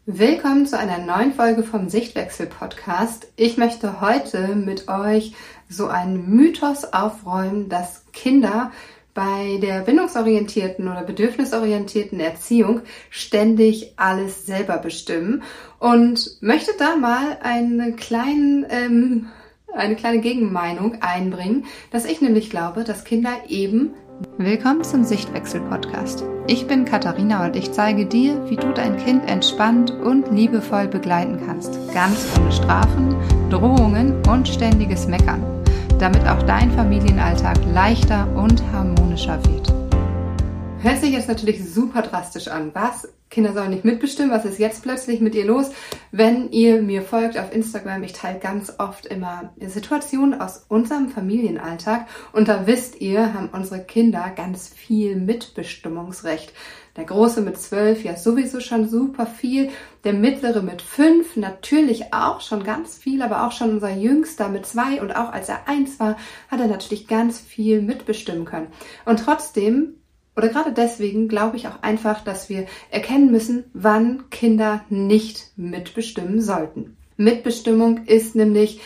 Willkommen zu einer neuen Folge vom Sichtwechsel-Podcast. Ich möchte heute mit euch so einen Mythos aufräumen, dass Kinder bei der bindungsorientierten oder bedürfnisorientierten Erziehung ständig alles selber bestimmen und möchte da mal eine kleine Gegenmeinung einbringen, dass ich nämlich glaube, dass Kinder eben... Willkommen zum Sichtwechsel-Podcast. Ich bin Katharina und ich zeige dir, wie du dein Kind entspannt und liebevoll begleiten kannst. Ganz ohne Strafen, Drohungen und ständiges Meckern, damit auch dein Familienalltag leichter und harmonischer wird. Hört sich jetzt natürlich super drastisch an. Was? Kinder sollen nicht mitbestimmen? Was ist jetzt plötzlich mit ihr los? Wenn ihr mir folgt auf Instagram, ich teile ganz oft immer Situationen aus unserem Familienalltag und da wisst ihr, haben unsere Kinder ganz viel Mitbestimmungsrecht. Der Große mit 12 ja sowieso schon super viel, der Mittlere mit 5 natürlich auch schon ganz viel, aber auch schon unser Jüngster mit 2 und auch als er 1 war, hat er natürlich ganz viel mitbestimmen können. Und trotzdem, oder gerade deswegen glaube ich auch einfach, dass wir erkennen müssen, wann Kinder nicht mitbestimmen sollten. Mitbestimmung ist nämlich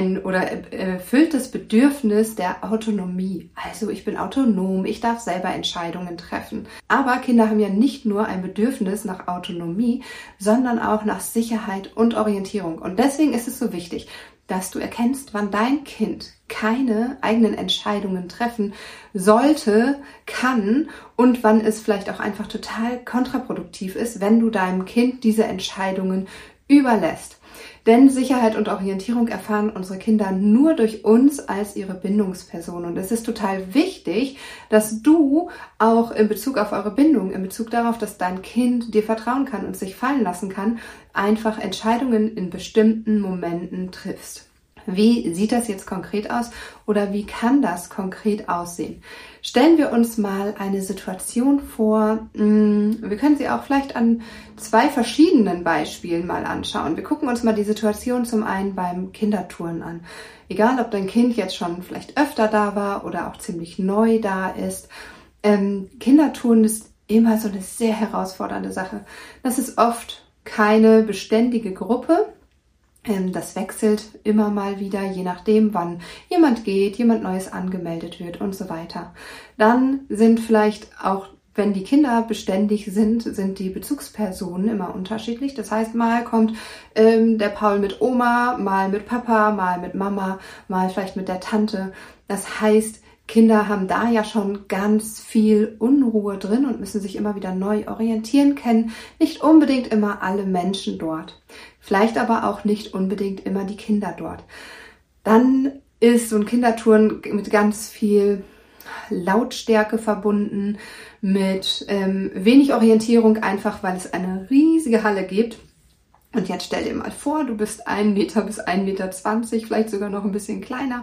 erfüllt das Bedürfnis der Autonomie. Also ich bin autonom, ich darf selber Entscheidungen treffen. Aber Kinder haben ja nicht nur ein Bedürfnis nach Autonomie, sondern auch nach Sicherheit und Orientierung. Und deswegen ist es so wichtig, dass du erkennst, wann dein Kind keine eigenen Entscheidungen treffen sollte, kann und wann es vielleicht auch einfach total kontraproduktiv ist, wenn du deinem Kind diese Entscheidungen überlässt. Denn Sicherheit und Orientierung erfahren unsere Kinder nur durch uns als ihre Bindungsperson. Und es ist total wichtig, dass du auch in Bezug auf eure Bindung, in Bezug darauf, dass dein Kind dir vertrauen kann und sich fallen lassen kann, einfach Entscheidungen in bestimmten Momenten triffst. Wie sieht das jetzt konkret aus oder wie kann das konkret aussehen? Stellen wir uns mal eine Situation vor, wir können sie auch vielleicht an 2 verschiedenen Beispielen mal anschauen. Wir gucken uns mal die Situation zum einen beim Kinderturnen an. Egal, ob dein Kind jetzt schon vielleicht öfter da war oder auch ziemlich neu da ist. Kinderturnen ist immer so eine sehr herausfordernde Sache. Das ist oft keine beständige Gruppe. Das wechselt immer mal wieder, je nachdem, wann jemand geht, jemand Neues angemeldet wird und so weiter. Dann sind vielleicht auch, wenn die Kinder beständig sind die Bezugspersonen immer unterschiedlich. Das heißt, mal kommt der Paul mit Oma, mal mit Papa, mal mit Mama, mal vielleicht mit der Tante. Das heißt, Kinder haben da ja schon ganz viel Unruhe drin und müssen sich immer wieder neu orientieren, kennen nicht unbedingt immer alle Menschen dort. Vielleicht aber auch nicht unbedingt immer die Kinder dort. Dann ist so ein Kinderturnen mit ganz viel Lautstärke verbunden, mit wenig Orientierung, einfach weil es eine riesige Halle gibt. Und jetzt stell dir mal vor, du bist 1 Meter bis 1,20 Meter, vielleicht sogar noch ein bisschen kleiner,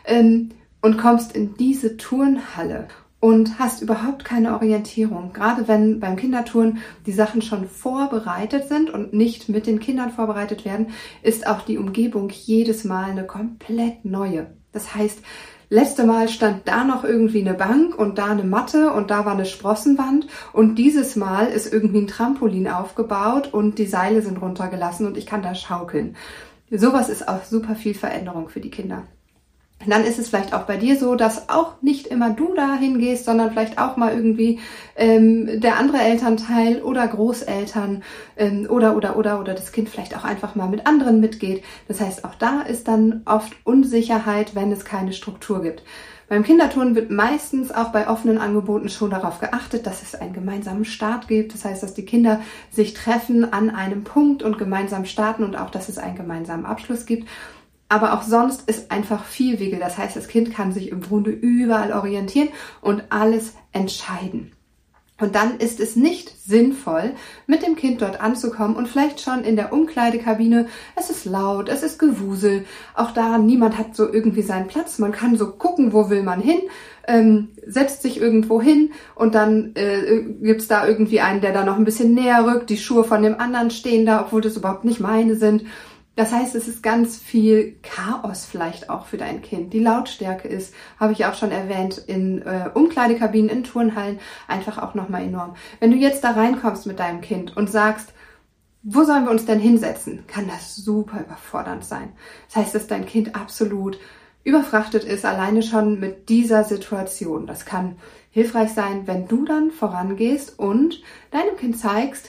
und kommst in diese Turnhalle und hast überhaupt keine Orientierung. Gerade wenn beim Kinderturnen die Sachen schon vorbereitet sind und nicht mit den Kindern vorbereitet werden, ist auch die Umgebung jedes Mal eine komplett neue. Das heißt, letzte Mal stand da noch irgendwie eine Bank und da eine Matte und da war eine Sprossenwand und dieses Mal ist irgendwie ein Trampolin aufgebaut und die Seile sind runtergelassen und ich kann da schaukeln. Sowas ist auch super viel Veränderung für die Kinder. Dann ist es vielleicht auch bei dir so, dass auch nicht immer du da hingehst, sondern vielleicht auch mal irgendwie der andere Elternteil oder Großeltern oder das Kind vielleicht auch einfach mal mit anderen mitgeht. Das heißt, auch da ist dann oft Unsicherheit, wenn es keine Struktur gibt. Beim Kinderturnen wird meistens auch bei offenen Angeboten schon darauf geachtet, dass es einen gemeinsamen Start gibt. Das heißt, dass die Kinder sich treffen an einem Punkt und gemeinsam starten und auch, dass es einen gemeinsamen Abschluss gibt. Aber auch sonst ist einfach viel Wege. Das heißt, das Kind kann sich im Grunde überall orientieren und alles entscheiden. Und dann ist es nicht sinnvoll, mit dem Kind dort anzukommen und vielleicht schon in der Umkleidekabine, es ist laut, es ist Gewusel, auch da niemand hat so irgendwie seinen Platz, man kann so gucken, wo will man hin, setzt sich irgendwo hin und dann gibt's da irgendwie einen, der da noch ein bisschen näher rückt, die Schuhe von dem anderen stehen da, obwohl das überhaupt nicht meine sind. Das heißt, es ist ganz viel Chaos vielleicht auch für dein Kind. Die Lautstärke ist, habe ich auch schon erwähnt, in Umkleidekabinen, in Turnhallen einfach auch nochmal enorm. Wenn du jetzt da reinkommst mit deinem Kind und sagst, wo sollen wir uns denn hinsetzen? Kann das super überfordernd sein. Das heißt, dass dein Kind absolut überfrachtet ist, alleine schon mit dieser Situation. Das kann hilfreich sein, wenn du dann vorangehst und deinem Kind zeigst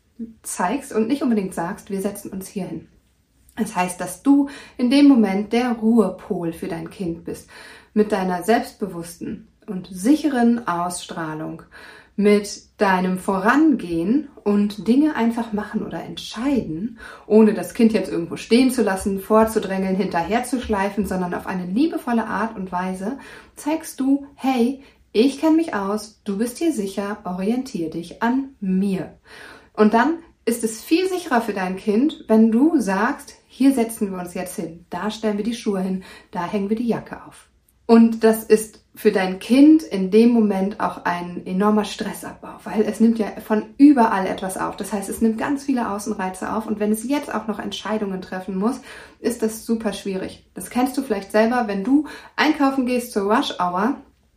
und nicht unbedingt sagst, wir setzen uns hier hin. Das heißt, dass du in dem Moment der Ruhepol für dein Kind bist, mit deiner selbstbewussten und sicheren Ausstrahlung, mit deinem Vorangehen und Dinge einfach machen oder entscheiden, ohne das Kind jetzt irgendwo stehen zu lassen, vorzudrängeln, hinterherzuschleifen, sondern auf eine liebevolle Art und Weise zeigst du, hey, ich kenne mich aus, du bist hier sicher, orientiere dich an mir. Und dann ist es viel sicherer für dein Kind, wenn du sagst, hier setzen wir uns jetzt hin, da stellen wir die Schuhe hin, da hängen wir die Jacke auf. Und das ist für dein Kind in dem Moment auch ein enormer Stressabbau, weil es nimmt ja von überall etwas auf. Das heißt, es nimmt ganz viele Außenreize auf und wenn es jetzt auch noch Entscheidungen treffen muss, ist das super schwierig. Das kennst du vielleicht selber, wenn du einkaufen gehst zur Rush Hour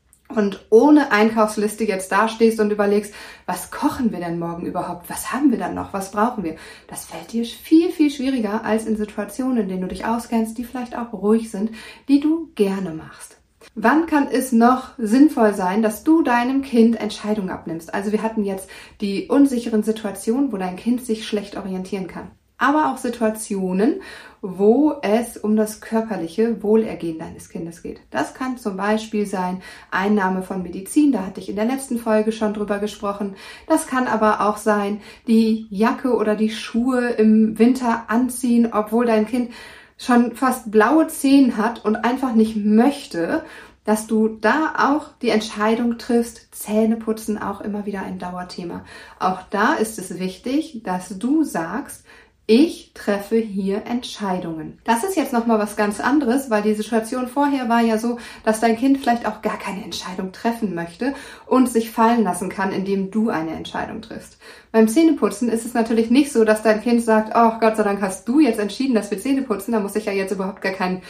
und ohne Einkaufsliste jetzt dastehst und überlegst, was kochen wir denn morgen überhaupt? Was haben wir dann noch? Was brauchen wir? Das fällt dir viel, viel schwieriger als in Situationen, in denen du dich auskennst, die vielleicht auch ruhig sind, die du gerne machst. Wann kann es noch sinnvoll sein, dass du deinem Kind Entscheidungen abnimmst? Also wir hatten jetzt die unsicheren Situationen, wo dein Kind sich schlecht orientieren kann. Aber auch Situationen, wo es um das körperliche Wohlergehen deines Kindes geht. Das kann zum Beispiel sein Einnahme von Medizin, da hatte ich in der letzten Folge schon drüber gesprochen. Das kann aber auch sein, die Jacke oder die Schuhe im Winter anziehen, obwohl dein Kind schon fast blaue Zehen hat und einfach nicht möchte, dass du da auch die Entscheidung triffst, Zähneputzen auch immer wieder ein Dauerthema. Auch da ist es wichtig, dass du sagst, ich treffe hier Entscheidungen. Das ist jetzt nochmal was ganz anderes, weil die Situation vorher war ja so, dass dein Kind vielleicht auch gar keine Entscheidung treffen möchte und sich fallen lassen kann, indem du eine Entscheidung triffst. Beim Zähneputzen ist es natürlich nicht so, dass dein Kind sagt, oh Gott sei Dank hast du jetzt entschieden, dass wir Zähne putzen, da muss ich ja jetzt überhaupt gar kein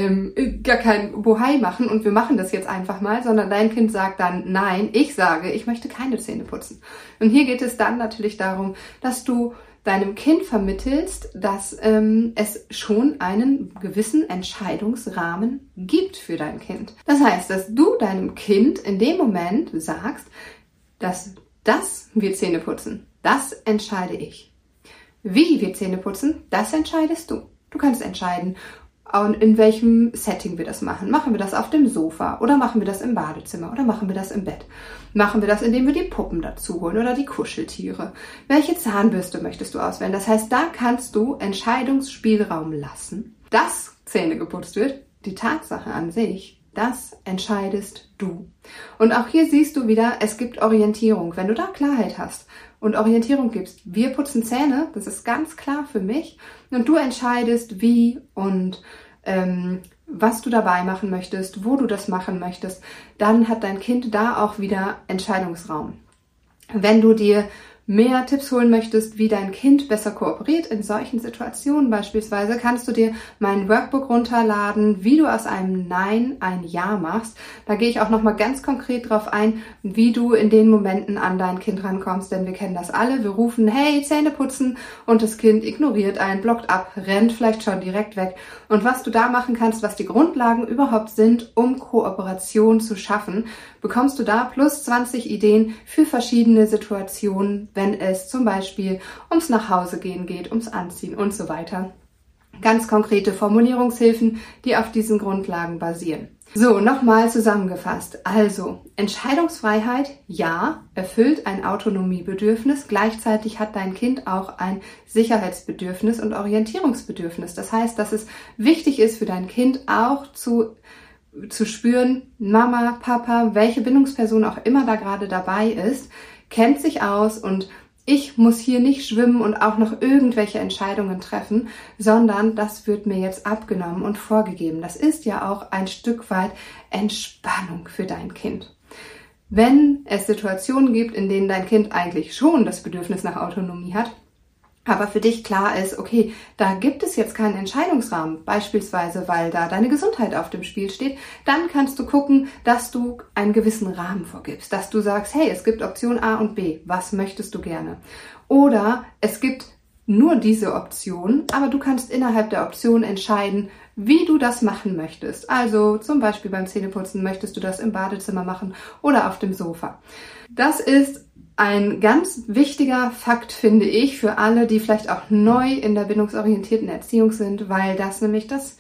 Bohai machen und wir machen das jetzt einfach mal, sondern dein Kind sagt dann, nein, ich sage, ich möchte keine Zähne putzen. Und hier geht es dann natürlich darum, dass du deinem Kind vermittelst, dass es schon einen gewissen Entscheidungsrahmen gibt für dein Kind. Das heißt, dass du deinem Kind in dem Moment sagst, dass das wir Zähne putzen, das entscheide ich. Wie wir Zähne putzen, das entscheidest du. Du kannst entscheiden, in welchem Setting wir das machen. Machen wir das auf dem Sofa oder machen wir das im Badezimmer oder machen wir das im Bett? Machen wir das, indem wir die Puppen dazu holen oder die Kuscheltiere? Welche Zahnbürste möchtest du auswählen? Das heißt, da kannst du Entscheidungsspielraum lassen, dass Zähne geputzt wird. Die Tatsache an sich, das entscheidest du. Und auch hier siehst du wieder, es gibt Orientierung. Wenn du da Klarheit hast und Orientierung gibst, wir putzen Zähne, das ist ganz klar für mich, und du entscheidest, wie und was du dabei machen möchtest, wo du das machen möchtest, dann hat dein Kind da auch wieder Entscheidungsraum. Wenn du dir mehr Tipps holen möchtest, wie dein Kind besser kooperiert in solchen Situationen beispielsweise, kannst du dir mein Workbook runterladen, wie du aus einem Nein ein Ja machst. Da gehe ich auch nochmal ganz konkret drauf ein, wie du in den Momenten an dein Kind rankommst, denn wir kennen das alle. Wir rufen, hey, Zähne putzen und das Kind ignoriert einen, blockt ab, rennt vielleicht schon direkt weg. Und was du da machen kannst, was die Grundlagen überhaupt sind, um Kooperation zu schaffen, bekommst du da plus 20 Ideen für verschiedene Situationen, wenn es zum Beispiel ums Nachhausegehen geht, ums Anziehen und so weiter. Ganz konkrete Formulierungshilfen, die auf diesen Grundlagen basieren. So, nochmal zusammengefasst. Also, Entscheidungsfreiheit, ja, erfüllt ein Autonomiebedürfnis. Gleichzeitig hat dein Kind auch ein Sicherheitsbedürfnis und Orientierungsbedürfnis. Das heißt, dass es wichtig ist für dein Kind auch zu spüren, Mama, Papa, welche Bindungsperson auch immer da gerade dabei ist, kennt sich aus und ich muss hier nicht schwimmen und auch noch irgendwelche Entscheidungen treffen, sondern das wird mir jetzt abgenommen und vorgegeben. Das ist ja auch ein Stück weit Entspannung für dein Kind. Wenn es Situationen gibt, in denen dein Kind eigentlich schon das Bedürfnis nach Autonomie hat, aber für dich klar ist, okay, da gibt es jetzt keinen Entscheidungsrahmen, beispielsweise weil da deine Gesundheit auf dem Spiel steht, dann kannst du gucken, dass du einen gewissen Rahmen vorgibst, dass du sagst, hey, es gibt Option A und B, was möchtest du gerne? Oder es gibt nur diese Option, aber du kannst innerhalb der Option entscheiden, wie du das machen möchtest. Also zum Beispiel beim Zähneputzen möchtest du das im Badezimmer machen oder auf dem Sofa. Das ist ein ganz wichtiger Fakt, finde ich, für alle, die vielleicht auch neu in der bindungsorientierten Erziehung sind, weil das nämlich das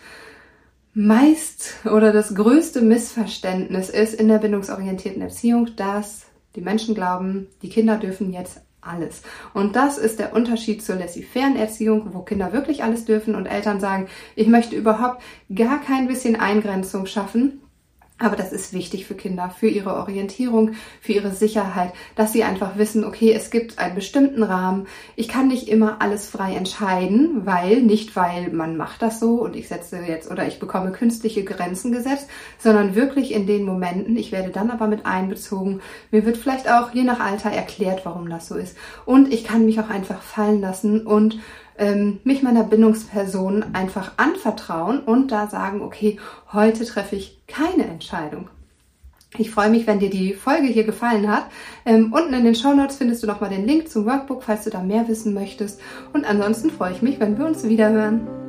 das größte Missverständnis ist in der bindungsorientierten Erziehung, dass die Menschen glauben, die Kinder dürfen jetzt alles. Und das ist der Unterschied zur laissez-faire Erziehung, wo Kinder wirklich alles dürfen und Eltern sagen, ich möchte überhaupt gar kein bisschen Eingrenzung schaffen. Aber das ist wichtig für Kinder, für ihre Orientierung, für ihre Sicherheit, dass sie einfach wissen, okay, es gibt einen bestimmten Rahmen. Ich kann nicht immer alles frei entscheiden, weil man macht das so und ich setze jetzt oder ich bekomme künstliche Grenzen gesetzt, sondern wirklich in den Momenten, ich werde dann aber mit einbezogen. Mir wird vielleicht auch je nach Alter erklärt, warum das so ist. Und ich kann mich auch einfach fallen lassen und mich meiner Bindungsperson einfach anvertrauen und da sagen, okay, heute treffe ich keine Entscheidung. Ich freue mich, wenn dir die Folge hier gefallen hat. Unten in den Shownotes findest du nochmal den Link zum Workbook, falls du da mehr wissen möchtest. Und ansonsten freue ich mich, wenn wir uns wiederhören.